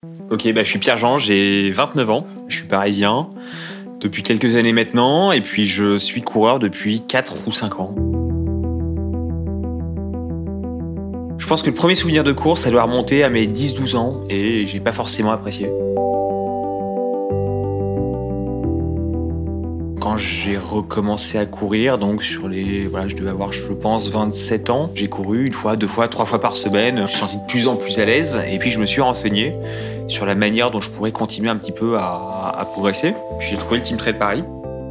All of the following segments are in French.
Ok, je suis Pierre-Jean, j'ai 29 ans, je suis parisien depuis quelques années maintenant, et puis je suis coureur depuis 4 ou 5 ans. Je pense que le premier souvenir de course, ça doit remonter à mes 10-12 ans, et j'ai pas forcément apprécié. Quand j'ai recommencé à courir, donc je devais avoir, je pense, 27 ans, j'ai couru une fois, deux fois, trois fois par semaine. Je me suis senti de plus en plus à l'aise, et puis je me suis renseigné sur la manière dont je pourrais continuer un petit peu à progresser. Puis j'ai trouvé le Team Trail Paris.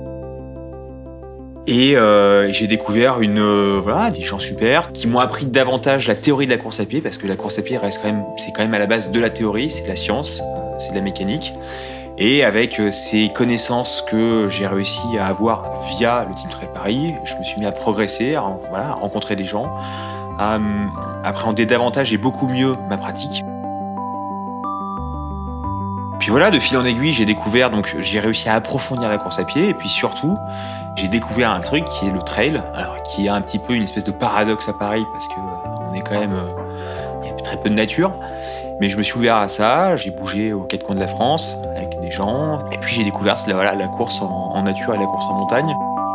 Et j'ai découvert des gens super qui m'ont appris davantage la théorie de la course à pied, parce que la course à pied c'est quand même à la base de la théorie, c'est de la science, c'est de la mécanique. Et avec ces connaissances que j'ai réussi à avoir via le Team Trail Paris, je me suis mis à progresser, à rencontrer des gens, à appréhender davantage et beaucoup mieux ma pratique. Puis voilà, de fil en aiguille, j'ai réussi à approfondir la course à pied, et puis surtout, j'ai découvert un truc qui est le trail, alors qui est un petit peu une espèce de paradoxe à Paris, parce que on est quand même, il y a très peu de nature. Mais je me suis ouvert à ça, j'ai bougé aux quatre coins de la France avec des gens, et puis j'ai découvert la course en nature et la course en montagne.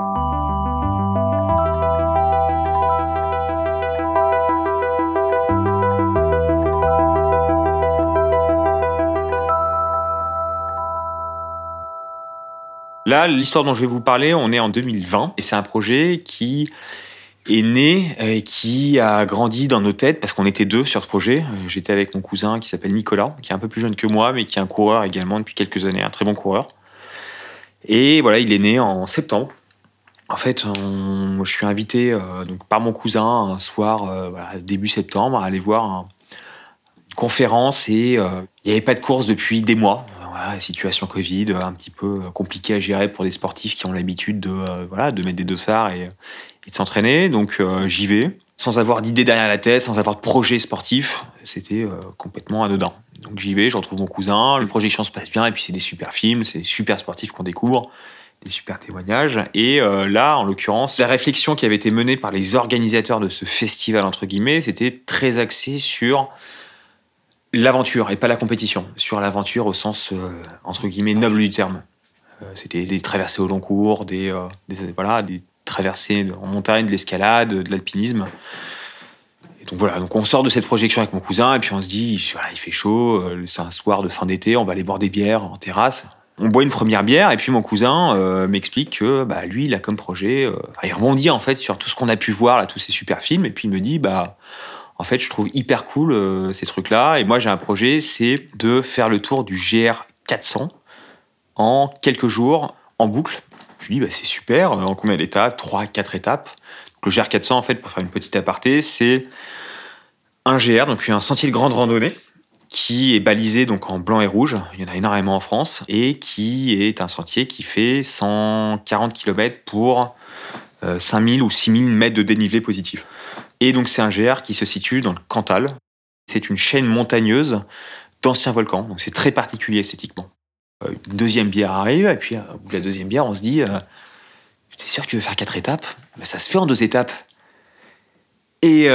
Là, l'histoire dont je vais vous parler, on est en 2020, et c'est un projet qui est né et qui a grandi dans nos têtes, parce qu'on était deux sur ce projet. J'étais avec mon cousin qui s'appelle Nicolas, qui est un peu plus jeune que moi, mais qui est un coureur également depuis quelques années, un très bon coureur. Et voilà, il est né en septembre. En fait, je suis invité par mon cousin un soir, début septembre, à aller voir une conférence, et il n'y avait pas de course depuis des mois. Voilà, situation Covid, un petit peu compliqué à gérer pour des sportifs qui ont l'habitude de mettre des dossards et de s'entraîner. Donc j'y vais, sans avoir d'idée derrière la tête, sans avoir de projet sportif. C'était complètement anodin. Donc j'y vais, je retrouve mon cousin, les projections se passent bien, et puis c'est des super films, c'est des super sportifs qu'on découvre, des super témoignages. Et là, en l'occurrence, la réflexion qui avait été menée par les organisateurs de ce festival, entre guillemets, c'était très axé sur l'aventure et pas la compétition. Sur l'aventure au sens, entre guillemets, noble du terme. C'était des traversées au long cours, des traversées en montagne, de l'escalade, de l'alpinisme. Et donc on sort de cette projection avec mon cousin, et puis on se dit, voilà, il fait chaud, c'est un soir de fin d'été, on va aller boire des bières en terrasse. On boit une première bière, et puis mon cousin m'explique que lui, il a comme projet, il rebondit en fait sur tout ce qu'on a pu voir, là, tous ces super films, et puis il me dit, en fait, je trouve hyper cool ces trucs-là, et moi j'ai un projet, c'est de faire le tour du GR 400 en quelques jours, en boucle. Je lui dis, c'est super, en combien d'étapes? 3, 4 étapes. Donc, le GR 400, en fait, pour faire une petite aparté, c'est un GR, donc un sentier de grande randonnée, qui est balisé donc en blanc et rouge. Il y en a énormément en France, et qui est un sentier qui fait 140 km pour 5000 ou 6000 mètres de dénivelé positif. Et donc c'est un GR qui se situe dans le Cantal. C'est une chaîne montagneuse d'anciens volcans, donc c'est très particulier esthétiquement. Une deuxième bière arrive, et puis au bout de la deuxième bière, on se dit t'es sûr que tu veux faire 4 étapes? Ça se fait en 2 étapes. Et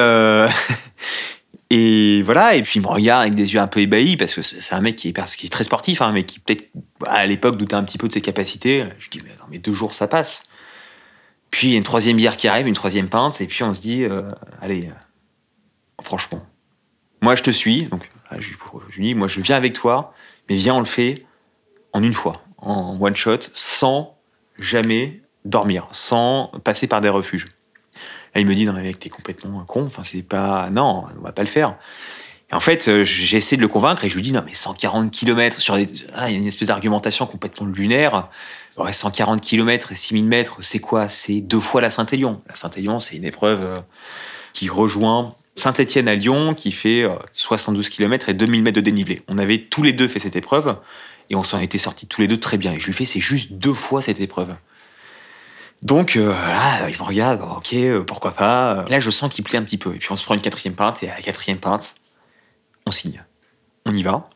et voilà, et puis il me regarde avec des yeux un peu ébahis, parce que c'est un mec qui est très sportif, mais qui peut-être à l'époque doutait un petit peu de ses capacités. Je dis, mais 2 jours ça passe. Puis il y a une troisième bière qui arrive, une troisième pinte, et puis on se dit, allez, franchement, moi je te suis. Donc je lui dis, moi je viens avec toi, mais viens, on le fait en une fois, en one shot, sans jamais dormir, sans passer par des refuges. Là, il me dit, non mais mec, t'es complètement con, non, on va pas le faire. Et en fait, j'ai essayé de le convaincre, et je lui dis, non mais 140 km, il y a une espèce d'argumentation complètement lunaire. Ouais, 140 km et 6000 mètres, c'est quoi? C'est 2 fois la Saint-Élion. La Saint-Élion, c'est une épreuve qui rejoint Saint-Étienne à Lyon, qui fait 72 km et 2000 mètres de dénivelé. On avait tous les deux fait cette épreuve, et on s'en était sortis tous les deux très bien. Et je lui fais, c'est juste 2 fois cette épreuve. Donc il me regarde, ok, pourquoi pas. Là, je sens qu'il plaît un petit peu. Et puis on se prend une 4e pinte, et à la 4e pinte, on signe. On y va.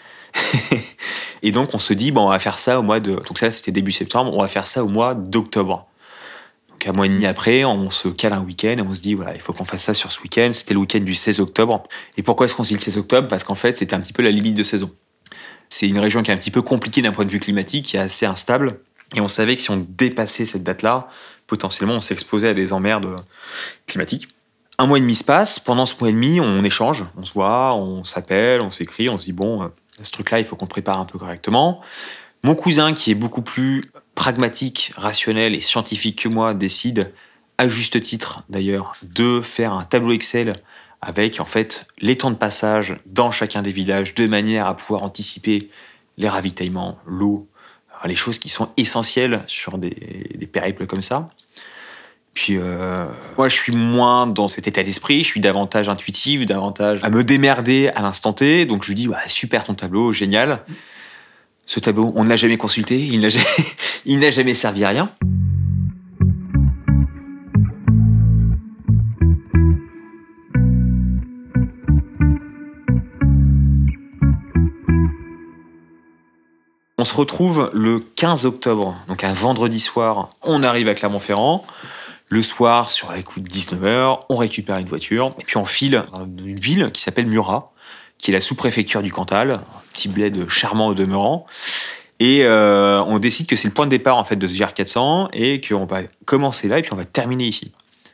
Et donc on se dit, on va faire ça au mois de... Donc ça, c'était début septembre, on va faire ça au mois d'octobre. Donc un mois et demi après, on se cale un week-end, et on se dit, voilà, il faut qu'on fasse ça sur ce week-end. C'était le week-end du 16 octobre. Et pourquoi est-ce qu'on se dit le 16 octobre? Parce qu'en fait, c'était un petit peu la limite de saison. C'est une région qui est un petit peu compliquée d'un point de vue climatique, qui est assez instable. Et on savait que si on dépassait cette date-là, potentiellement, on s'exposait à des emmerdes climatiques. Un mois et demi se passe. Pendant ce mois et demi, on échange, on se voit, on s'appelle, on s'écrit, on se dit bon, ce truc-là, il faut qu'on le prépare un peu correctement. Mon cousin, qui est beaucoup plus pragmatique, rationnel et scientifique que moi, décide, à juste titre d'ailleurs, de faire un tableau Excel avec en fait les temps de passage dans chacun des villages, de manière à pouvoir anticiper les ravitaillements, l'eau, les choses qui sont essentielles sur des périples comme ça. Puis moi, je suis moins dans cet état d'esprit, je suis davantage intuitif, davantage à me démerder à l'instant T. Donc je lui dis, ouais, super ton tableau, génial. Ce tableau, on ne l'a jamais consulté, il n'a jamais servi à rien. On se retrouve le 15 octobre, donc un vendredi soir. On arrive à Clermont-Ferrand. Le soir, sur les coups de 19h, on récupère une voiture et puis on file dans une ville qui s'appelle Murat, qui est la sous-préfecture du Cantal, un petit bled charmant au demeurant. Et on décide que c'est le point de départ en fait de ce GR400 et qu'on va commencer là et puis on va terminer ici.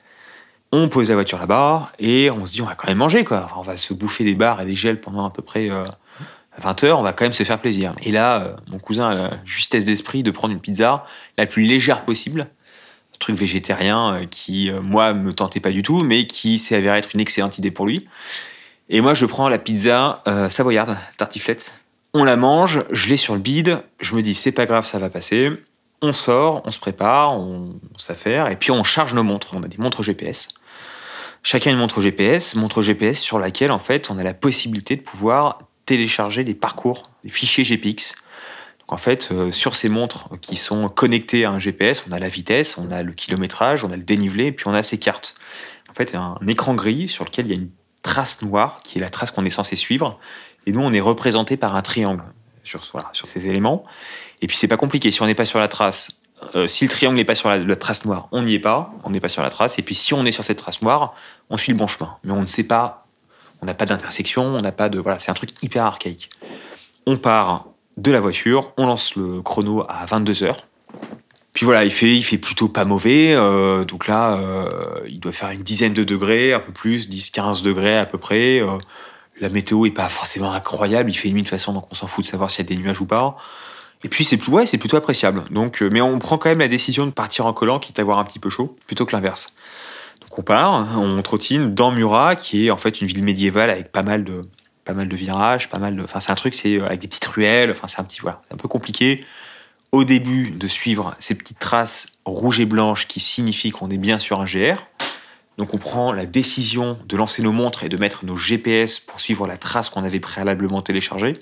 On pose la voiture là-bas et on se dit on va quand même manger quoi. Enfin, on va se bouffer des bars et des gels pendant à peu près 20h, on va quand même se faire plaisir. Et là, mon cousin a la justesse d'esprit de prendre une pizza la plus légère possible, un truc végétarien qui, moi, me tentait pas du tout, mais qui s'est avéré être une excellente idée pour lui. Et moi, je prends la pizza savoyarde, tartiflette. On la mange, je l'ai sur le bide, je me dis c'est pas grave, ça va passer. On sort, on se prépare, on s'affaire, et puis on charge nos montres. On a des montres GPS. Chacun une montre GPS sur laquelle, en fait, on a la possibilité de pouvoir télécharger des parcours, des fichiers GPX. Donc en fait, sur ces montres qui sont connectées à un GPS, on a la vitesse, on a le kilométrage, on a le dénivelé, et puis on a ces cartes. En fait, il y a un écran gris sur lequel il y a une trace noire, qui est la trace qu'on est censé suivre, et nous, on est représenté par un triangle sur ces éléments. Et puis c'est pas compliqué, si on n'est pas sur la trace, si le triangle n'est pas sur la trace noire, on n'y est pas, on n'est pas sur la trace, et puis si on est sur cette trace noire, on suit le bon chemin. Mais on ne sait pas. On n'a pas d'intersection, on n'a pas de... Voilà, c'est un truc hyper archaïque. On part de la voiture, on lance le chrono à 22h. Puis voilà, il fait plutôt pas mauvais. Donc là, il doit faire une dizaine de degrés, un peu plus, 10-15 degrés à peu près. La météo est pas forcément incroyable. Il fait nuit de toute façon, donc on s'en fout de savoir s'il y a des nuages ou pas. Et puis c'est plutôt appréciable. Donc, mais on prend quand même la décision de partir en collant, quitte à avoir un petit peu chaud, plutôt que l'inverse. Donc on part, on trottine dans Murat, qui est en fait une ville médiévale avec pas mal de virages, enfin c'est un truc, c'est avec des petites ruelles, enfin c'est un peu compliqué au début de suivre ces petites traces rouges et blanches qui signifient qu'on est bien sur un GR. Donc on prend la décision de lancer nos montres et de mettre nos GPS pour suivre la trace qu'on avait préalablement téléchargée.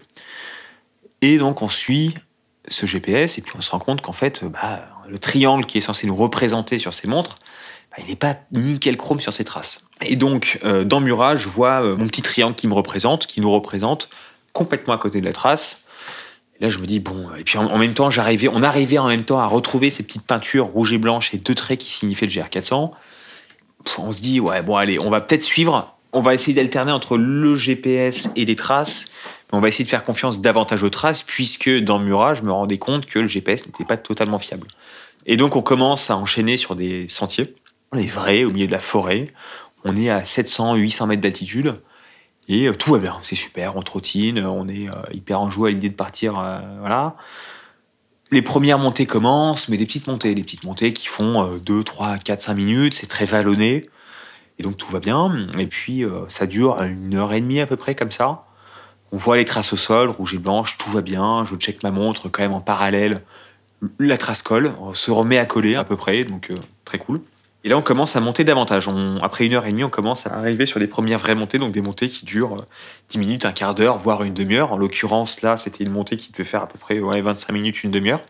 Et donc on suit ce GPS et puis on se rend compte qu'en fait, le triangle qui est censé nous représenter sur ces montres, il n'est pas nickel chrome sur ces traces. Et donc, dans Murat, je vois mon petit triangle qui nous représente complètement à côté de la trace. Et là, je me dis, bon... Et puis, en même temps, on arrivait en même temps à retrouver ces petites peintures rouges et blanches et deux traits qui signifiaient le GR400. On se dit, ouais, bon, allez, on va peut-être suivre. On va essayer d'alterner entre le GPS et les traces. Mais on va essayer de faire confiance davantage aux traces, puisque dans Murat, je me rendais compte que le GPS n'était pas totalement fiable. Et donc, on commence à enchaîner sur des sentiers. On est vrai, au milieu de la forêt. On est à 700-800 mètres d'altitude. Et tout va bien, c'est super, on trottine, on est hyper enjoué à l'idée de partir. Voilà. Les premières montées commencent, mais des petites montées qui font 2, 3, 4, 5 minutes, c'est très vallonné. Et donc tout va bien. Et puis ça dure 1h30 à peu près, comme ça. On voit les traces au sol, rouge et blanche, tout va bien. Je check ma montre quand même en parallèle. La trace colle, on se remet à coller à peu près, donc très cool. Et là, on commence à monter davantage. Après 1h30, on commence à arriver sur les premières vraies montées, donc des montées qui durent 10 minutes, un quart d'heure, voire une demi-heure. En l'occurrence, là, c'était une montée qui devait faire à peu près 25 minutes, une demi-heure.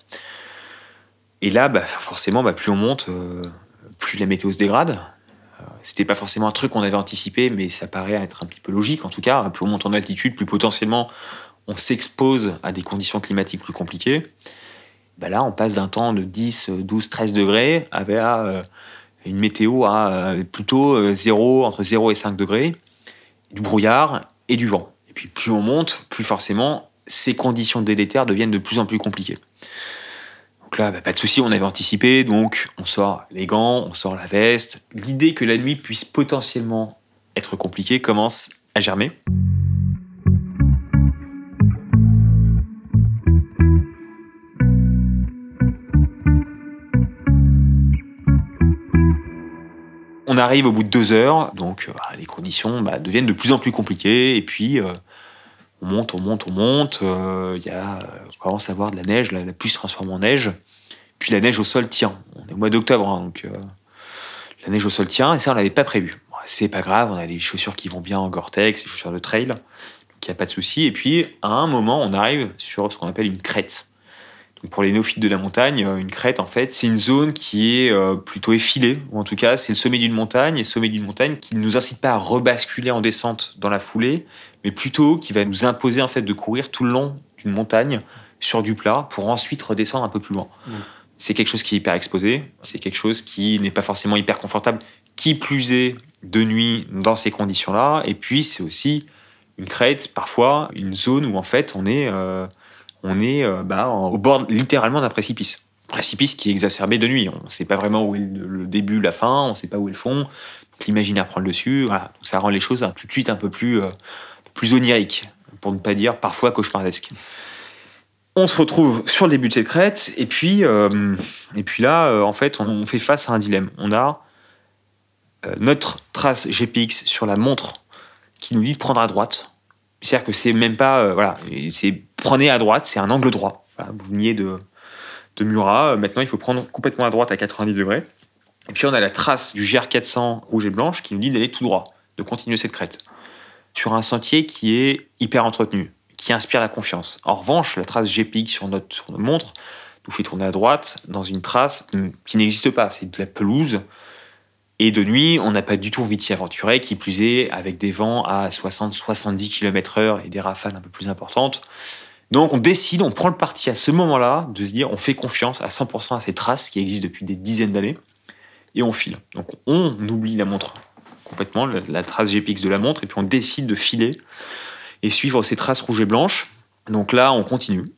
Et là, forcément, plus on monte, plus la météo se dégrade. C'était pas forcément un truc qu'on avait anticipé, mais ça paraît être un petit peu logique, en tout cas. Plus on monte en altitude, plus potentiellement on s'expose à des conditions climatiques plus compliquées. Là, on passe d'un temps de 10, 12, 13 degrés à une météo à plutôt entre 0 et 5 degrés, du brouillard et du vent. Et puis plus on monte, plus forcément ces conditions délétères deviennent de plus en plus compliquées. Donc là, pas de souci, on avait anticipé, donc on sort les gants, on sort la veste. L'idée que la nuit puisse potentiellement être compliquée commence à germer. On arrive au bout de 2 heures, donc les conditions deviennent de plus en plus compliquées, et puis on monte, on commence à avoir de la neige, la pluie se transforme en neige, puis la neige au sol tient. On est au mois d'octobre, donc la neige au sol tient, et ça on l'avait pas prévu. Bon, c'est pas grave, on a les chaussures qui vont bien en Gore-Tex, les chaussures de trail, donc il n'y a pas de souci. Et puis à un moment, on arrive sur ce qu'on appelle une crête. Donc pour les néophytes de la montagne, une crête, en fait, c'est une zone qui est plutôt effilée, ou en tout cas, c'est le sommet d'une montagne, et le sommet d'une montagne qui ne nous incite pas à rebasculer en descente dans la foulée, mais plutôt qui va nous imposer en fait de courir tout le long d'une montagne sur du plat pour ensuite redescendre un peu plus loin. C'est quelque chose qui est hyper exposé, c'est quelque chose qui n'est pas forcément hyper confortable, qui plus est de nuit dans ces conditions-là, et puis c'est aussi une crête, parfois une zone où en fait on est au bord littéralement d'un précipice. Précipice qui est exacerbé de nuit. On ne sait pas vraiment où est le début, la fin, on ne sait pas où est le fond. Donc, l'imaginaire prend le dessus. Voilà. Donc, ça rend les choses tout de suite un peu plus oniriques, pour ne pas dire parfois cauchemardesques. On se retrouve sur le début de cette crête, et puis là, en fait, on fait face à un dilemme. On a notre trace GPX sur la montre qui nous dit de prendre à droite. C'est-à-dire que c'est même pas... c'est prenez à droite, c'est un angle droit. Voilà, vous veniez de Murat, maintenant il faut prendre complètement à droite à 90 degrés. Et puis on a la trace du GR400 rouge et blanche qui nous dit d'aller tout droit, de continuer cette crête. Sur un sentier qui est hyper entretenu, qui inspire la confiance. En revanche, la trace GPX sur notre montre nous fait tourner à droite dans une trace qui n'existe pas, c'est de la pelouse. Et de nuit, on n'a pas du tout envie de s'y aventurer, qui plus est avec des vents à 60-70 km/h et des rafales un peu plus importantes. Donc on prend le parti à ce moment-là de se dire on fait confiance à 100% à ces traces qui existent depuis des dizaines d'années et on file. Donc on oublie la montre complètement, la trace GPX de la montre, et puis on décide de filer et suivre ces traces rouges et blanches. Donc là, on continue.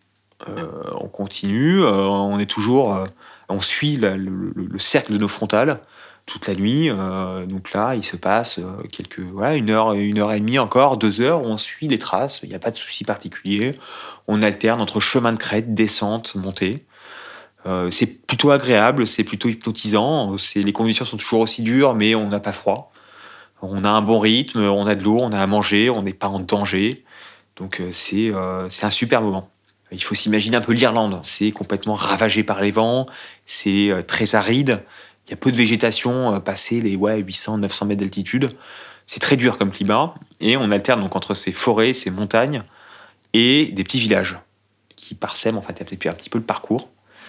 On est toujours... on suit le cercle de nos frontales toute la nuit. Donc là, il se passe une heure et demie encore, 2 heures, où on suit les traces, il n'y a pas de souci particulier. On alterne entre chemin de crête, descente, montée. C'est plutôt agréable, c'est plutôt hypnotisant. Les conditions sont toujours aussi dures, mais on n'a pas froid. On a un bon rythme, on a de l'eau, on a à manger, on n'est pas en danger. Donc c'est un super moment. Il faut s'imaginer un peu l'Irlande. C'est complètement ravagé par les vents, c'est très aride. Il y a peu de végétation passé les 800-900 mètres d'altitude. C'est très dur comme climat. Et on alterne donc entre ces forêts, ces montagnes et des petits villages qui parsèment en fait un petit peu le parcours.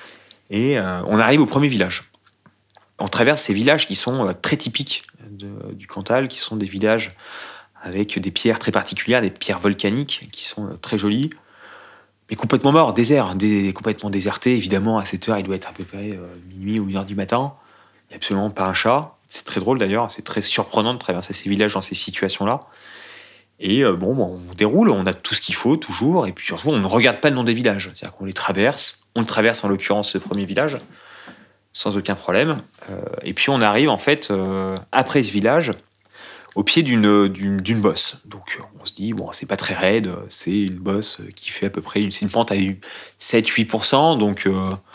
Et on arrive au premier village. On traverse ces villages qui sont très typiques du Cantal, qui sont des villages avec des pierres très particulières, des pierres volcaniques qui sont très jolies, mais complètement morts, complètement désertés. Évidemment, à cette heure, il doit être à peu près minuit ou 1h du matin. Il n'y a absolument pas un chat. C'est très drôle d'ailleurs, c'est très surprenant de traverser ces villages dans ces situations-là. Et on déroule, on a tout ce qu'il faut, toujours, et puis surtout, on ne regarde pas le nom des villages. C'est-à-dire qu'on les traverse. On le traverse, en l'occurrence, ce premier village, sans aucun problème. Et puis on arrive, en fait, après ce village, au pied d'une bosse. Donc on se dit, bon, c'est pas très raide, c'est une bosse qui fait à peu près... C'est une pente à 7-8%, donc...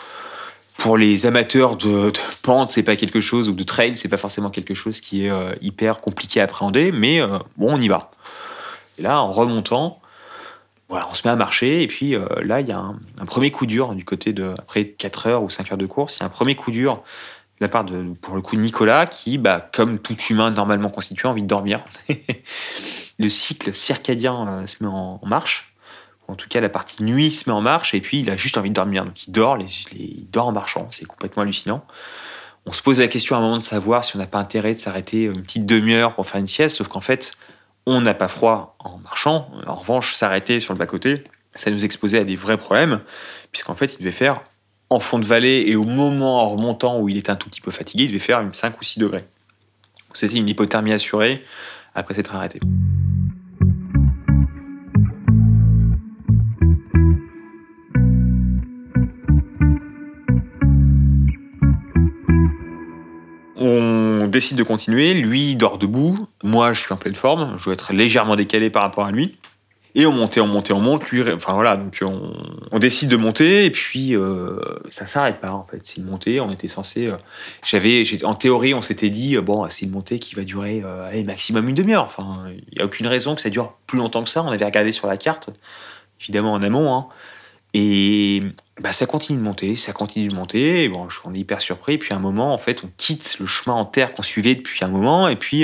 pour les amateurs de pente, c'est pas quelque chose, ou de trail, c'est pas forcément quelque chose qui est hyper compliqué à appréhender, mais on y va. Et là, en remontant, on se met à marcher, et puis là, il y a un premier coup dur du côté de, après 4 heures ou 5 heures de course, il y a un premier coup dur de la part de, pour le coup, Nicolas, qui, comme tout humain normalement constitué, a envie de dormir. Le cycle circadien se met en marche. En tout cas, la partie nuit se met en marche, et puis il a juste envie de dormir. Donc il dort, il dort en marchant, c'est complètement hallucinant. On se pose la question à un moment de savoir si on n'a pas intérêt de s'arrêter une petite demi-heure pour faire une sieste, sauf qu'en fait, on n'a pas froid en marchant. En revanche, s'arrêter sur le bas-côté, ça nous exposait à des vrais problèmes, puisqu'en fait, il devait faire, en fond de vallée, et au moment en remontant où il était un tout petit peu fatigué, il devait faire 5 ou 6 degrés. Donc, c'était une hypothermie assurée après s'être arrêté. décide de continuer. Lui, il dort debout. Moi, je suis en pleine forme. Je dois être légèrement décalé par rapport à lui. Et on monte. Lui, enfin voilà, donc on décide de monter et puis ça s'arrête pas en fait. C'est une montée. On était censé. En théorie, on s'était dit bon, c'est une montée qui va durer maximum une demi-heure. Enfin, il y a aucune raison que ça dure plus longtemps que ça. On avait regardé sur la carte, évidemment en amont, hein. Et ça continue de monter. Et bon, on est hyper surpris. Et puis à un moment, en fait, on quitte le chemin en terre qu'on suivait depuis un moment. Et puis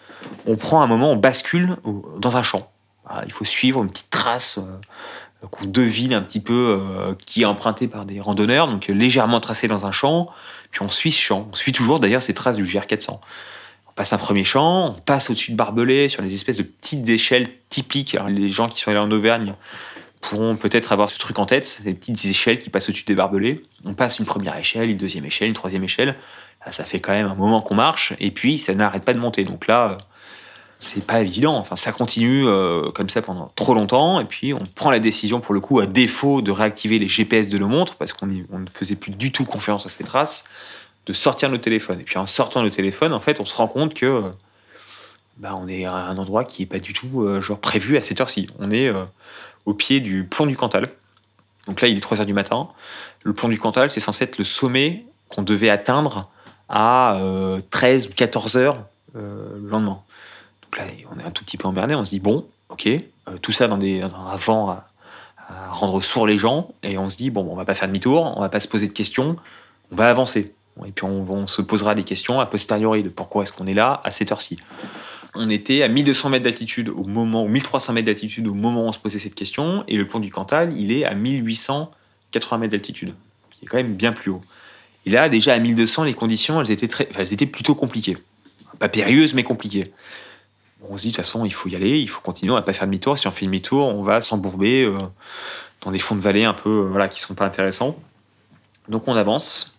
on bascule dans un champ. Voilà, il faut suivre une petite trace qu'on devine un petit peu, qui est empruntée par des randonneurs, donc légèrement tracée dans un champ. Puis on suit ce champ. On suit toujours d'ailleurs ces traces du GR400. On passe un premier champ, on passe au-dessus de barbelés sur les espèces de petites échelles typiques. Alors, les gens qui sont allés en Auvergne pourront peut-être avoir ce truc en tête, ces petites échelles qui passent au-dessus des barbelés. On passe une première échelle, une deuxième échelle, une troisième échelle. Là, ça fait quand même un moment qu'on marche, et puis ça n'arrête pas de monter. Donc là, c'est pas évident. Enfin, ça continue comme ça pendant trop longtemps, et puis on prend la décision, pour le coup, à défaut de réactiver les GPS de nos montres, parce qu'on ne faisait plus du tout confiance à ces traces, de sortir nos téléphones. Et puis en sortant nos téléphones, en fait, on se rend compte que on est à un endroit qui est pas du tout prévu à cette heure-ci. On est au pied du plomb du Cantal. Donc là, il est 3h du matin. Le plomb du Cantal, c'est censé être le sommet qu'on devait atteindre à 13 ou 14h le lendemain. Donc là, on est un tout petit peu emmerdé. On se dit, bon, ok, tout ça dans un vent à rendre sourds les gens. Et on se dit, bon, on va pas faire demi-tour, on va pas se poser de questions, on va avancer. Et puis on se posera des questions a posteriori de pourquoi est-ce qu'on est là à cette heure-ci. On était à 1200 mètres d'altitude ou 1300 mètres d'altitude au moment où on se posait cette question, et le plomb du Cantal, il est à 1880 mètres d'altitude, qui est quand même bien plus haut. Et là, déjà à 1200, les conditions, elles étaient plutôt compliquées. Pas périlleuses, mais compliquées. On se dit, de toute façon, il faut y aller, il faut continuer, on va pas faire demi-tour. Si on fait demi-tour, on va s'embourber dans des fonds de vallée un peu qui sont pas intéressants. Donc on avance.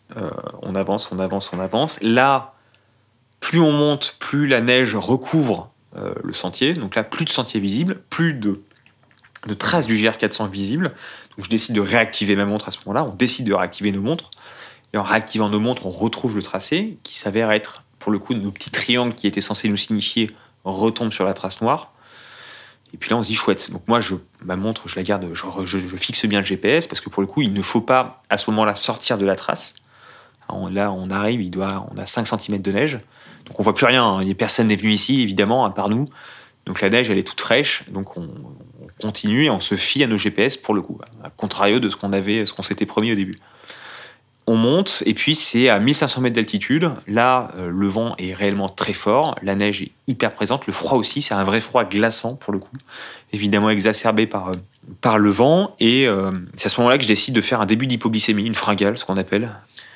Là, plus on monte, plus la neige recouvre le sentier. Donc là, plus de sentier visible, plus de traces du GR400 visibles. Donc je décide de réactiver ma montre à ce moment-là. On décide de réactiver nos montres. Et en réactivant nos montres, on retrouve le tracé, qui s'avère être, pour le coup, nos petits triangles qui étaient censés nous signifier retombent sur la trace noire. Et puis là, on se dit chouette. Donc moi, ma montre, je la garde, je fixe bien le GPS, parce que pour le coup, il ne faut pas, à ce moment-là, sortir de la trace. Là, on arrive, on a 5 cm de neige. Donc on voit plus rien. Personne n'est venu ici, évidemment, à part nous. Donc la neige, elle est toute fraîche. Donc on continue et on se fie à nos GPS pour le coup, à contrario de ce qu'on s'était promis au début. On monte et puis c'est à 1500 mètres d'altitude. Là, le vent est réellement très fort. La neige est hyper présente. Le froid aussi, c'est un vrai froid glaçant pour le coup. Évidemment exacerbé par le vent. Et c'est à ce moment-là que je décide de faire un début d'hypoglycémie, une fringale, ce qu'on appelle.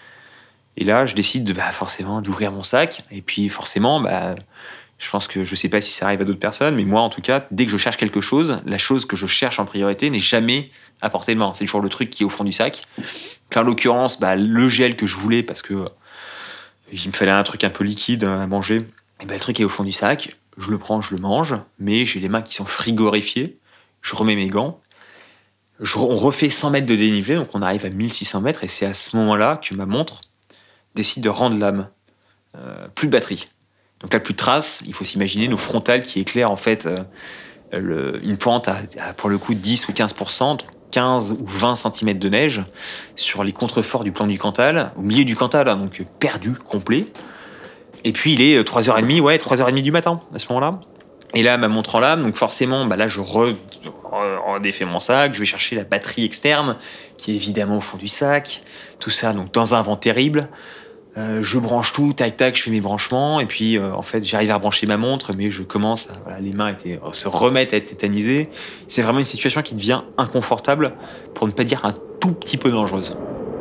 Et là, je décide forcément d'ouvrir mon sac. Et puis forcément, je pense que je sais pas si ça arrive à d'autres personnes, mais moi en tout cas, dès que je cherche quelque chose, la chose que je cherche en priorité n'est jamais à portée de main. C'est toujours le truc qui est au fond du sac. En l'occurrence, le gel que je voulais, parce que il me fallait un truc un peu liquide à manger, et le truc est au fond du sac. Je le prends, je le mange, mais j'ai les mains qui sont frigorifiées. Je remets mes gants. On refait 100 mètres de dénivelé, donc on arrive à 1600 mètres, et c'est à ce moment-là que ma montre décide de rendre l'âme. Plus de batterie. Donc là, plus de traces. Il faut s'imaginer nos frontales qui éclairent en fait une pente à pour le coup 10 ou 15%, 15 ou 20 cm de neige sur les contreforts du plan du Cantal, au milieu du Cantal, donc perdu, complet. Et puis il est 3h30, 3h30 du matin à ce moment-là. Et là, ma montre en lame, donc forcément, là je redéfais mon sac, je vais chercher la batterie externe qui est évidemment au fond du sac. Tout ça donc dans un vent terrible. Je branche tout, tac tac, je fais mes branchements et puis en fait j'arrive à brancher ma montre, mais je commence les mains se remettent à être tétanisées. C'est vraiment une situation qui devient inconfortable, pour ne pas dire un tout petit peu dangereuse.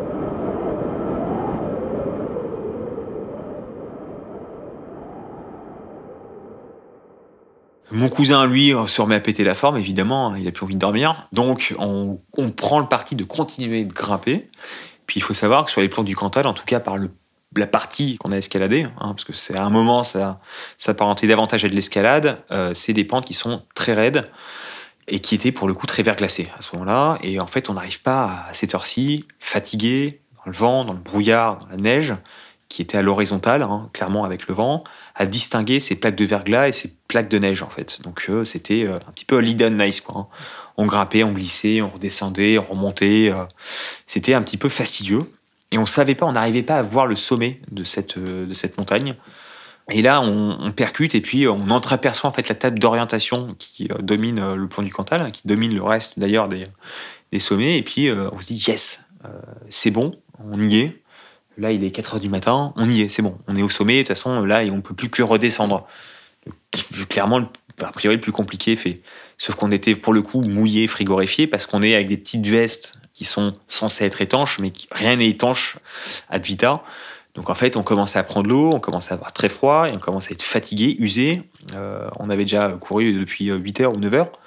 Mon cousin, lui, se remet à péter la forme, évidemment, il a plus envie de dormir. Donc on prend le parti de continuer de grimper. Puis il faut savoir que sur les plans du Cantal, en tout cas par la partie qu'on a escaladée, parce que c'est à un moment, ça s'apparentait davantage à de l'escalade, c'est des pentes qui sont très raides et qui étaient pour le coup très verglacées à ce moment-là. Et en fait, on n'arrive pas à cette heure-ci, fatigué, dans le vent, dans le brouillard, dans la neige, qui était à l'horizontale, hein, clairement avec le vent, à distinguer ces plaques de verglas et ces plaques de neige en fait. Donc c'était un petit peu Holiday on Ice, quoi, hein. On grimpait, on glissait, on redescendait, on remontait. C'était un petit peu fastidieux. Et on savait pas, on n'arrivait pas à voir le sommet de cette montagne. Et là, on percute et puis on entreaperçoit en fait la table d'orientation qui domine le plan du Cantal, hein, qui domine le reste d'ailleurs des sommets. Et puis on se dit yes, c'est bon, on y est. Là, il est 4 heures du matin, on y est, c'est bon. On est au sommet, de toute façon, là, et on ne peut plus que redescendre. Clairement, a priori, le plus compliqué fait. Sauf qu'on était, pour le coup, mouillé, frigorifié, parce qu'on est avec des petites vestes qui sont censées être étanches, mais rien n'est étanche ad vita. Donc, en fait, on commençait à prendre l'eau, on commençait à avoir très froid, et on commençait à être fatigué, usé. On avait déjà couru depuis 8 heures ou 9 heures.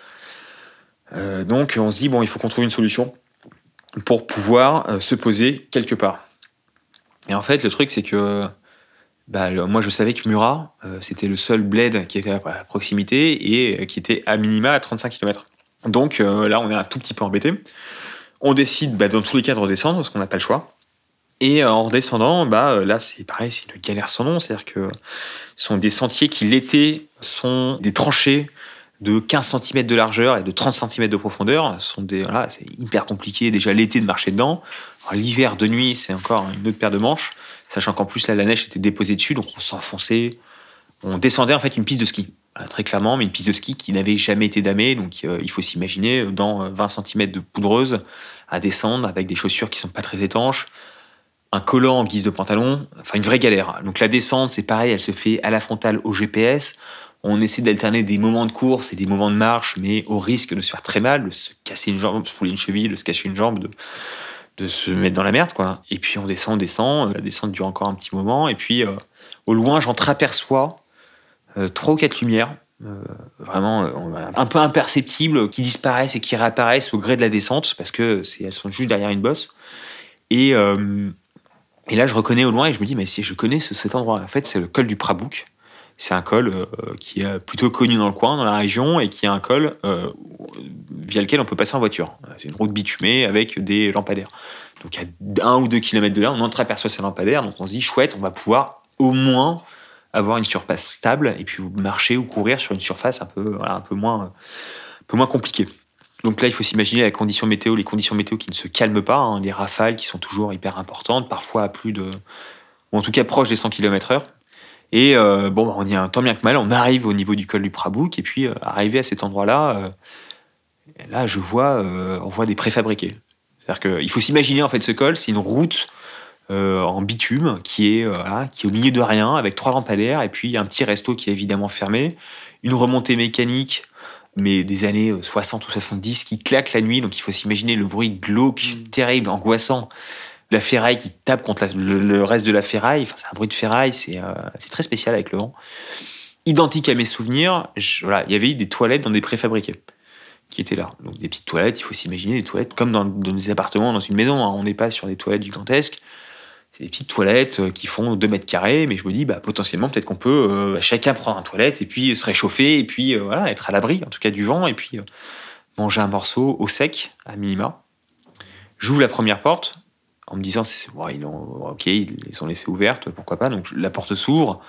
Donc, on se dit, bon, il faut qu'on trouve une solution pour pouvoir se poser quelque part. Et en fait, le truc, c'est que moi, je savais que Murat, c'était le seul bled qui était à proximité et qui était à minima à 35 km. Donc là, on est un tout petit peu embêté. On décide, dans tous les cas, de redescendre, parce qu'on n'a pas le choix. Et en redescendant, là, c'est pareil, c'est une galère sans nom. C'est-à-dire que ce sont des sentiers qui, l'été, sont des tranchées de 15 cm de largeur et de 30 cm de profondeur. C'est hyper compliqué, déjà l'été, de marcher dedans. Alors, l'hiver, de nuit, c'est encore une autre paire de manches. Sachant qu'en plus, là, la neige était déposée dessus, donc on s'enfonçait. On descendait en fait une piste de ski, très clairement, mais une piste de ski qui n'avait jamais été damée. Donc il faut s'imaginer dans 20 cm de poudreuse à descendre avec des chaussures qui sont pas très étanches, un collant en guise de pantalon, enfin une vraie galère. Donc la descente, c'est pareil, elle se fait à la frontale au GPS. On essaie d'alterner des moments de course et des moments de marche, mais au risque de se faire très mal, de se casser une jambe, de se fouler une cheville, de se cacher une jambe, de se mettre dans la merde, quoi. Et puis on descend. La descente dure encore un petit moment. Et puis au loin, j'entreaperçois 3 ou 4 lumières, vraiment un peu imperceptibles, qui disparaissent et qui réapparaissent au gré de la descente, parce que elles sont juste derrière une bosse. Et là, je reconnais au loin et je me dis, mais si je connais cet endroit, en fait, c'est le col du Prabouk. C'est un col qui est plutôt connu dans le coin, dans la région, et qui est un col via lequel on peut passer en voiture. C'est une route bitumée avec des lampadaires. Donc à 1 ou 2 kilomètres de là, on entreaperçoit ces lampadaires, donc on se dit, chouette, on va pouvoir au moins avoir une surface stable et puis marcher ou courir sur une surface un peu moins compliquée. Donc là, il faut s'imaginer les conditions météo qui ne se calment pas, hein, des rafales qui sont toujours hyper importantes, parfois à plus de, ou en tout cas proche des 100 km/h. Et on y a un tant bien que mal, on arrive au niveau du col du Prabouk, et puis arrivé à cet endroit-là, là on voit des préfabriqués. C'est-à-dire qu'il faut s'imaginer en fait ce col, c'est une route en bitume qui est au milieu de rien, avec 3 lampadaires, et puis un petit resto qui est évidemment fermé, une remontée mécanique, mais des années 60 ou 70, qui claque la nuit, donc il faut s'imaginer le bruit glauque, terrible, angoissant, la ferraille qui tape contre le reste de la ferraille. Enfin, c'est un bruit de ferraille, c'est très spécial avec le vent. Identique à mes souvenirs, il y avait eu des toilettes dans des préfabriqués qui étaient là. Donc des petites toilettes, il faut s'imaginer des toilettes comme dans des appartements, dans une maison, hein. On n'est pas sur des toilettes gigantesques. C'est des petites toilettes qui font 2 mètres carrés, mais je me dis, potentiellement, peut-être qu'on peut chacun prendre une toilette et puis se réchauffer et puis être à l'abri, en tout cas du vent, et puis manger un morceau au sec, à minima. J'ouvre la première porte en me disant, ils ont laissé ouverte, pourquoi pas. Donc la porte s'ouvre,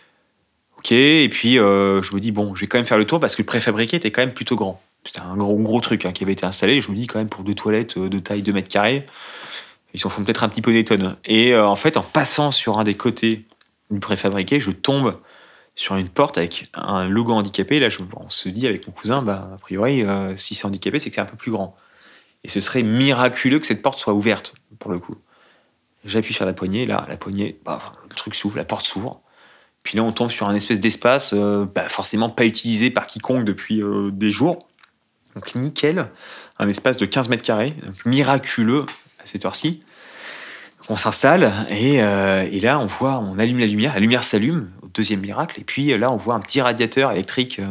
ok, et puis je me dis, je vais quand même faire le tour parce que le préfabriqué était quand même plutôt grand. C'était un gros truc qui avait été installé. Je me dis, quand même, pour 2 toilettes de taille 2 mètres carrés, ils en font peut-être un petit peu des tonnes. Et en fait, en passant sur un des côtés du préfabriqué, je tombe sur une porte avec un logo handicapé. Là, on se dit avec mon cousin, a priori, si c'est handicapé, c'est que c'est un peu plus grand. Et ce serait miraculeux que cette porte soit ouverte, pour le coup. J'appuie sur la poignée, là, la poignée, le truc s'ouvre, la porte s'ouvre. Puis là, on tombe sur un espèce d'espace, forcément pas utilisé par quiconque depuis des jours. Donc nickel, un espace de 15 mètres carrés, donc miraculeux à cette heure-ci. On s'installe et là on allume la lumière s'allume, au 2e miracle, et puis là on voit un petit radiateur électrique,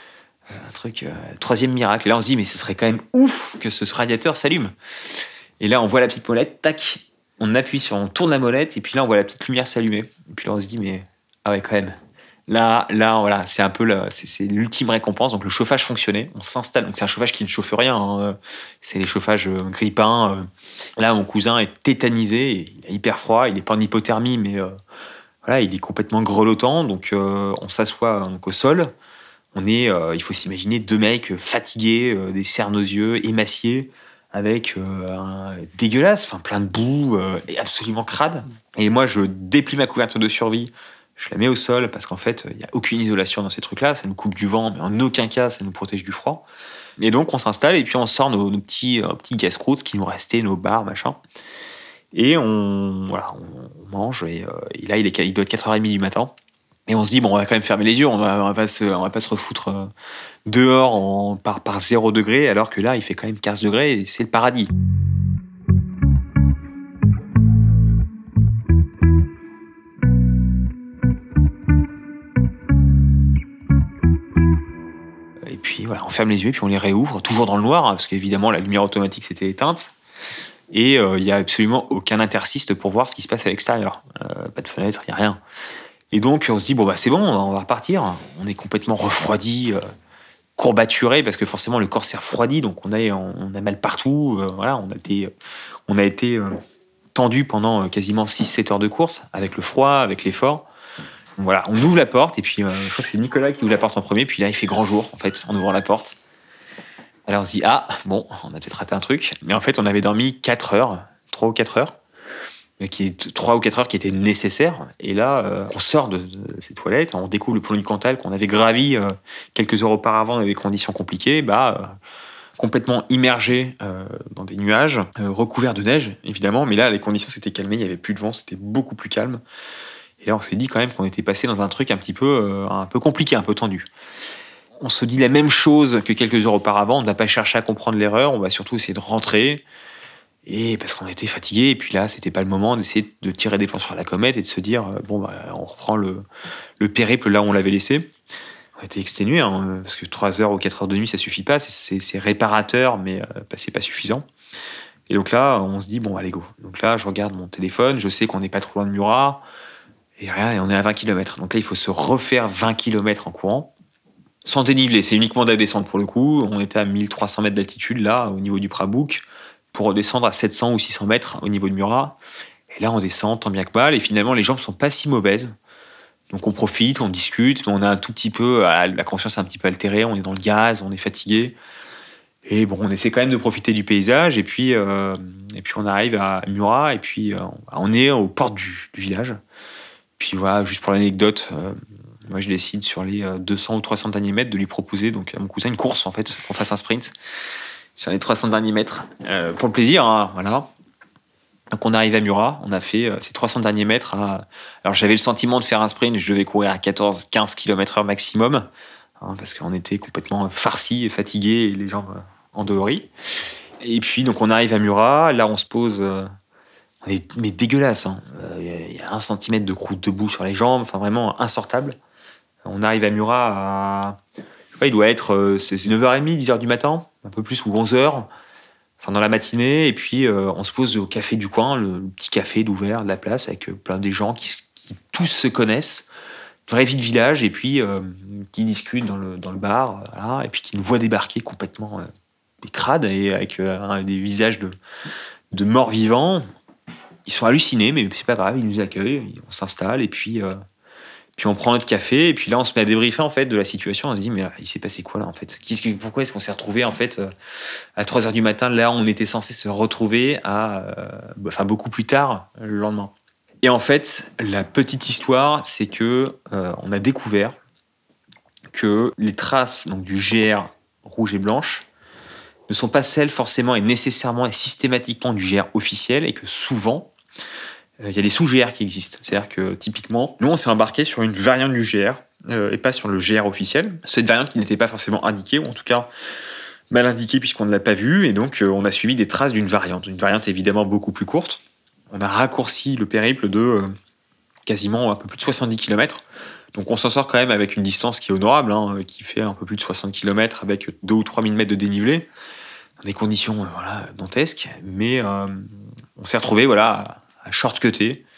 un truc, 3e miracle. Et là on se dit, mais ce serait quand même ouf que ce radiateur s'allume. Et là on voit la petite molette, tac, on tourne la molette, et puis là on voit la petite lumière s'allumer. Et puis là on se dit, mais ah ouais, quand même, Voilà, c'est un peu c'est l'ultime récompense. Donc le chauffage fonctionnait, on s'installe. Donc c'est un chauffage qui ne chauffe rien, hein. C'est les chauffages grille-pain. Là, mon cousin est tétanisé, il a hyper froid, il n'est pas en hypothermie, mais voilà, il est complètement grelottant. Donc on s'assoit donc au sol. Il faut s'imaginer deux mecs fatigués, des cernes aux yeux, émaciés, avec dégueulasse, enfin plein de boue et absolument crade. Et moi, je déplie ma couverture de survie. Je la mets au sol parce qu'en fait, il n'y a aucune isolation dans ces trucs-là. Ça nous coupe du vent, mais en aucun cas, ça nous protège du froid. Et donc, on s'installe et puis on sort nos petits casse-croûtes qui nous restaient, nos bars, machin. Et on mange. Et là, il doit être 4h30 du matin. Et on se dit, bon, on va quand même fermer les yeux. On va pas se refoutre dehors par 0 degré, alors que là, il fait quand même 15 degrés et c'est le paradis. Et puis voilà, on ferme les yeux et puis on les réouvre, toujours dans le noir, hein, parce qu'évidemment la lumière automatique s'était éteinte. Et il n'y a absolument aucun interstice pour voir ce qui se passe à l'extérieur. Pas de fenêtre, il n'y a rien. Et donc on se dit, bon bah c'est bon, on va repartir. On est complètement refroidi, courbaturé, parce que forcément le corps s'est refroidi, donc on a mal partout. Voilà, on a été tendu pendant quasiment 6-7 heures de course, avec le froid, avec l'effort. Voilà, on ouvre la porte, et puis je crois que c'est Nicolas qui ouvre la porte en premier, puis là il fait grand jour, en fait, en ouvrant la porte. Alors on se dit, ah, bon, on a peut-être raté un truc. Mais en fait, on avait dormi 4 heures, 3 ou 4 heures, 3 ou 4 heures qui étaient nécessaires. Et là, on sort de ces toilettes, on découvre le pont du Cantal qu'on avait gravi quelques heures auparavant dans des conditions compliquées, complètement immergé dans des nuages, recouvert de neige, évidemment. Mais là, les conditions s'étaient calmées, il n'y avait plus de vent, c'était beaucoup plus calme. Et là, on s'est dit quand même qu'on était passé dans un truc un peu compliqué, un peu tendu. On se dit la même chose que quelques heures auparavant. On ne va pas chercher à comprendre l'erreur. On va surtout essayer de rentrer. Et parce qu'on était fatigué. Et puis là, c'était pas le moment d'essayer de tirer des plans sur la comète et de se dire, on reprend le périple là où on l'avait laissé. On était exténués, hein, parce que 3 heures ou 4 heures de nuit, ça suffit pas. C'est réparateur, mais c'est pas suffisant. Et donc là, on se dit, bon, allez, go. Donc là, je regarde mon téléphone. Je sais qu'on n'est pas trop loin de Murat. Et on est à 20 km. Donc là, il faut se refaire 20 km en courant. Sans dénivelé, c'est uniquement de la descente pour le coup. On était à 1300 mètres d'altitude là, au niveau du Prabouk, pour redescendre à 700 ou 600 mètres au niveau de Murat. Et là, on descend tant bien que mal. Et finalement, les jambes sont pas si mauvaises. Donc on profite, on discute, mais on a un tout petit peu, la conscience est un petit peu altérée. On est dans le gaz, on est fatigué. Et bon, on essaie quand même de profiter du paysage. Et puis on arrive à Murat. Et puis on est aux portes du village. Puis voilà, juste pour l'anecdote. Moi, je décide sur les 200 ou 300 derniers mètres de lui proposer donc à mon cousin une course en fait, qu'on fasse un sprint sur les 300 derniers mètres pour le plaisir, hein, voilà. Donc on arrive à Murat, on a fait ces 300 derniers mètres. Alors j'avais le sentiment de faire un sprint, je devais courir à 14-15 km/h maximum, hein, parce qu'on était complètement farcis et fatigués et les jambes endolories. Et puis donc on arrive à Murat, là on se pose. Mais dégueulasse, hein. Il y a 1 centimètre de croûte de boue sur les jambes, enfin vraiment insortable. On arrive à Murat je sais pas, il doit être c'est 9h30, 10h du matin, un peu plus, ou 11h, enfin dans la matinée. Et puis on se pose au café du coin, le petit café d'ouvert de la place, avec plein des gens qui tous se connaissent, vraie vie de village, et puis qui discutent dans le bar, voilà, et puis qui nous voient débarquer complètement crades et avec des visages de morts vivants. Ils sont hallucinés, mais c'est pas grave, ils nous accueillent, on s'installe, et puis on prend notre café, et puis là on se met à débriefer en fait de la situation. On se dit, mais là, il s'est passé quoi là en fait? Pourquoi est-ce qu'on s'est retrouvé en fait à 3h du matin, là où on était censé se retrouver beaucoup plus tard le lendemain? Et en fait, la petite histoire, c'est que on a découvert que les traces donc, du GR rouge et blanche ne sont pas celles forcément et nécessairement et systématiquement du GR officiel, et que souvent, il y a des sous-GR qui existent. C'est-à-dire que typiquement, nous on s'est embarqué sur une variante du GR et pas sur le GR officiel. Cette variante qui n'était pas forcément indiquée, ou en tout cas mal indiquée puisqu'on ne l'a pas vue, et donc on a suivi des traces d'une variante. Une variante évidemment beaucoup plus courte. On a raccourci le périple de quasiment un peu plus de 70 km. Donc on s'en sort quand même avec une distance qui est honorable, hein, qui fait un peu plus de 60 km avec 2 ou 3 000 mètres de dénivelé, dans des conditions dantesques. Mais on s'est retrouvé à shortcutter.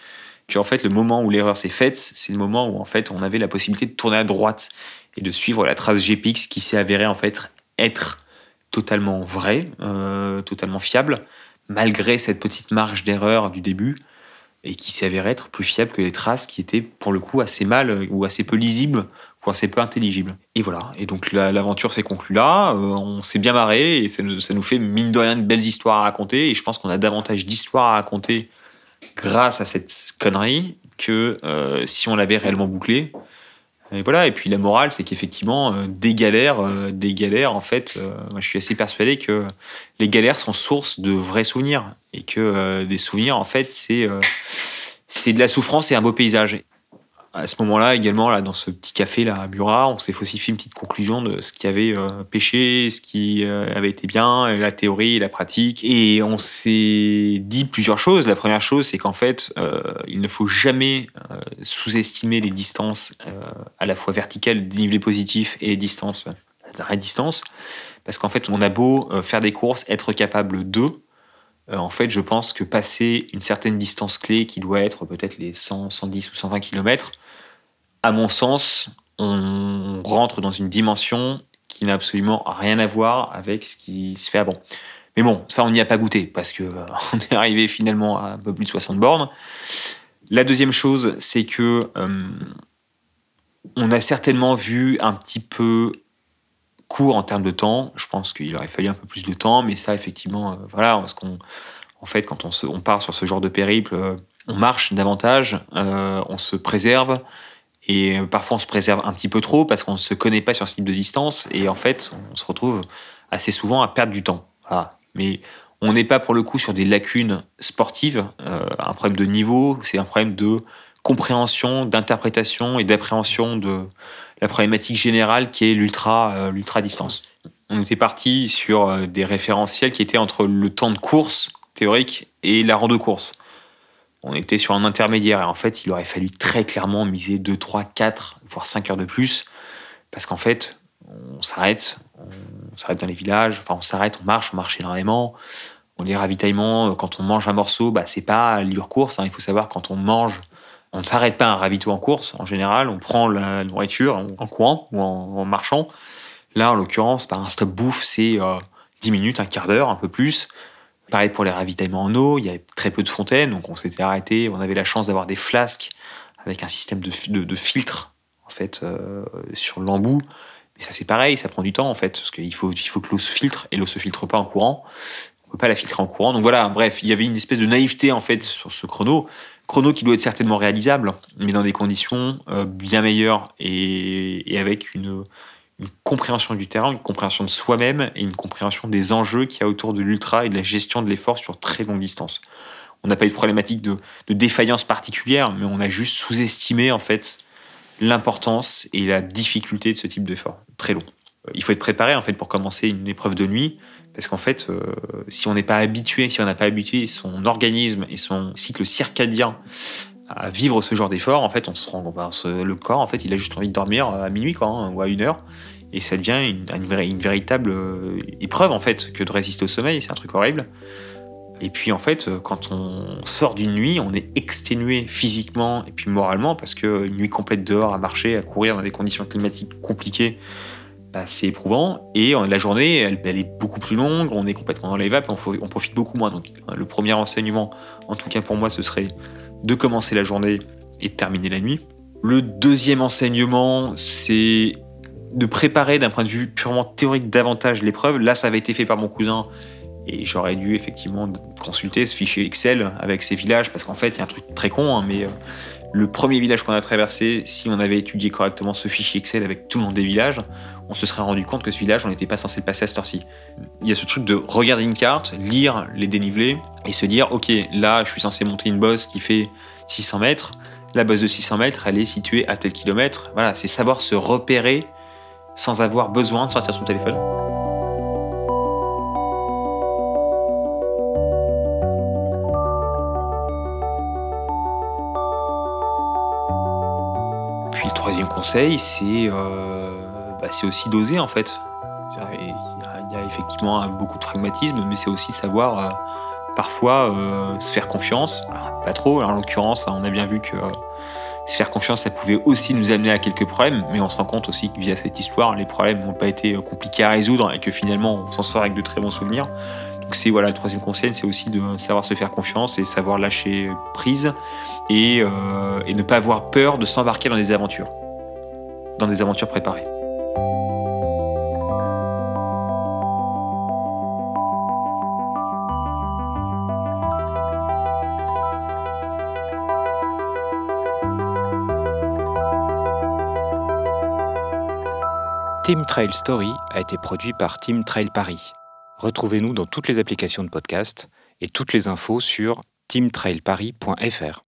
qu'en fait, le moment où l'erreur s'est faite, c'est le moment où en fait, on avait la possibilité de tourner à droite et de suivre la trace GPX qui s'est avérée en fait être totalement vraie, totalement fiable, malgré cette petite marge d'erreur du début, et qui s'est avérée être plus fiable que les traces qui étaient pour le coup assez mal ou assez peu lisibles ou assez peu intelligibles. Et voilà, et donc l'aventure s'est conclue là, on s'est bien marré, et ça nous fait mine de rien de belles histoires à raconter, et je pense qu'on a davantage d'histoires à raconter grâce à cette connerie que si on l'avait réellement bouclé. Et voilà, et puis la morale, c'est qu'effectivement, des galères, en fait, moi je suis assez persuadé que les galères sont source de vrais souvenirs, et que des souvenirs, en fait, c'est de la souffrance et un beau paysage. À ce moment-là, également, là, dans ce petit café là, à Murat, on s'est aussi fait une petite conclusion de ce qui avait pêché, ce qui avait été bien, la théorie et la pratique. Et on s'est dit plusieurs choses. La première chose, c'est qu'en fait, il ne faut jamais sous-estimer les distances à la fois verticales, dénivelé positif, et les distances d'arrêt de distance. Parce qu'en fait, on a beau faire des courses, être capable d'eux. En fait, je pense que passer une certaine distance clé, qui doit être peut-être les 100, 110 ou 120 km, à mon sens, on rentre dans une dimension qui n'a absolument rien à voir avec ce qui se fait avant. Mais bon, ça, on n'y a pas goûté, parce que on est arrivé finalement à un peu plus de 60 bornes. La deuxième chose, c'est que on a certainement vu un petit peu court en termes de temps. Je pense qu'il aurait fallu un peu plus de temps, mais ça, effectivement, voilà, parce en fait, quand on part sur ce genre de périple, on marche davantage, on se préserve. Et parfois, on se préserve un petit peu trop parce qu'on ne se connaît pas sur ce type de distance. Et en fait, on se retrouve assez souvent à perdre du temps. Voilà. Mais on n'est pas pour le coup sur des lacunes sportives. Un problème de niveau, c'est un problème de compréhension, d'interprétation et d'appréhension de la problématique générale qui est l'ultra distance. On était parti sur des référentiels qui étaient entre le temps de course théorique et la rando course. On était sur un intermédiaire, et en fait, il aurait fallu très clairement miser 2, 3, 4, voire 5 heures de plus, parce qu'en fait, on s'arrête dans les villages, enfin on marche énormément. Les ravitaillements, quand on mange un morceau, c'est pas l'allure course, hein. Il faut savoir, quand on mange, on ne s'arrête pas à un ravito en course. En général, on prend la nourriture en courant ou en marchant. Là, en l'occurrence, un stop bouffe, c'est 10 minutes, un quart d'heure, un peu plus. Pareil pour les ravitaillements en eau, il y avait très peu de fontaines, donc on s'était arrêté. On avait la chance d'avoir des flasques avec un système de filtre en fait, sur l'embout. Mais ça, c'est pareil, ça prend du temps en fait, parce qu'il faut que l'eau se filtre, et l'eau se filtre pas en courant. On peut pas la filtrer en courant. Donc voilà, bref, il y avait une espèce de naïveté en fait sur ce chrono qui doit être certainement réalisable, mais dans des conditions bien meilleures, et avec une compréhension du terrain, une compréhension de soi-même et une compréhension des enjeux qu'il y a autour de l'ultra et de la gestion de l'effort sur très longue distance. On n'a pas eu de problématique de défaillance particulière, mais on a juste sous-estimé en fait l'importance et la difficulté de ce type d'effort très long. Il faut être préparé en fait pour commencer une épreuve de nuit, parce qu'en fait, si on n'a pas habitué son organisme et son cycle circadien à vivre ce genre d'effort, en fait, le corps, en fait, il a juste envie de dormir à minuit, quoi, hein, ou à 1 heure, et ça devient une véritable épreuve, en fait, que de résister au sommeil. C'est un truc horrible. Et puis, en fait, quand on sort d'une nuit, on est exténué physiquement et puis moralement, parce qu'une nuit complète dehors, à marcher, à courir dans des conditions climatiques compliquées, c'est éprouvant. Et la journée, elle est beaucoup plus longue, on est complètement dans les vapes, on profite beaucoup moins. Donc, le premier enseignement, en tout cas pour moi, ce serait de commencer la journée et de terminer la nuit. Le deuxième enseignement, c'est de préparer d'un point de vue purement théorique davantage l'épreuve. Là, ça avait été fait par mon cousin, et j'aurais dû effectivement consulter ce fichier Excel avec ces villages, parce qu'en fait, il y a un truc très con, hein, mais le premier village qu'on a traversé, si on avait étudié correctement ce fichier Excel avec tout le nom des villages, on se serait rendu compte que ce village, on n'était pas censé le passer à cette heure-ci. Il y a ce truc de regarder une carte, lire les dénivelés et se dire, ok, là, je suis censé monter une bosse qui fait 600 mètres. La bosse de 600 mètres, elle est située à tel kilomètre. Voilà, c'est savoir se repérer sans avoir besoin de sortir son téléphone. Puis le troisième conseil, c'est aussi d'oser en fait. Il y a effectivement beaucoup de pragmatisme, mais c'est aussi savoir Parfois, se faire confiance, alors, pas trop, en l'occurrence, on a bien vu que se faire confiance, ça pouvait aussi nous amener à quelques problèmes, mais on se rend compte aussi que via cette histoire, les problèmes n'ont pas été compliqués à résoudre et que finalement, on s'en sort avec de très bons souvenirs. Donc c'est voilà, le troisième conseil, c'est aussi de savoir se faire confiance et savoir lâcher prise et ne pas avoir peur de s'embarquer dans des aventures préparées. Team Trail Story a été produit par Team Trail Paris. Retrouvez-nous dans toutes les applications de podcast et toutes les infos sur teamtrailparis.fr.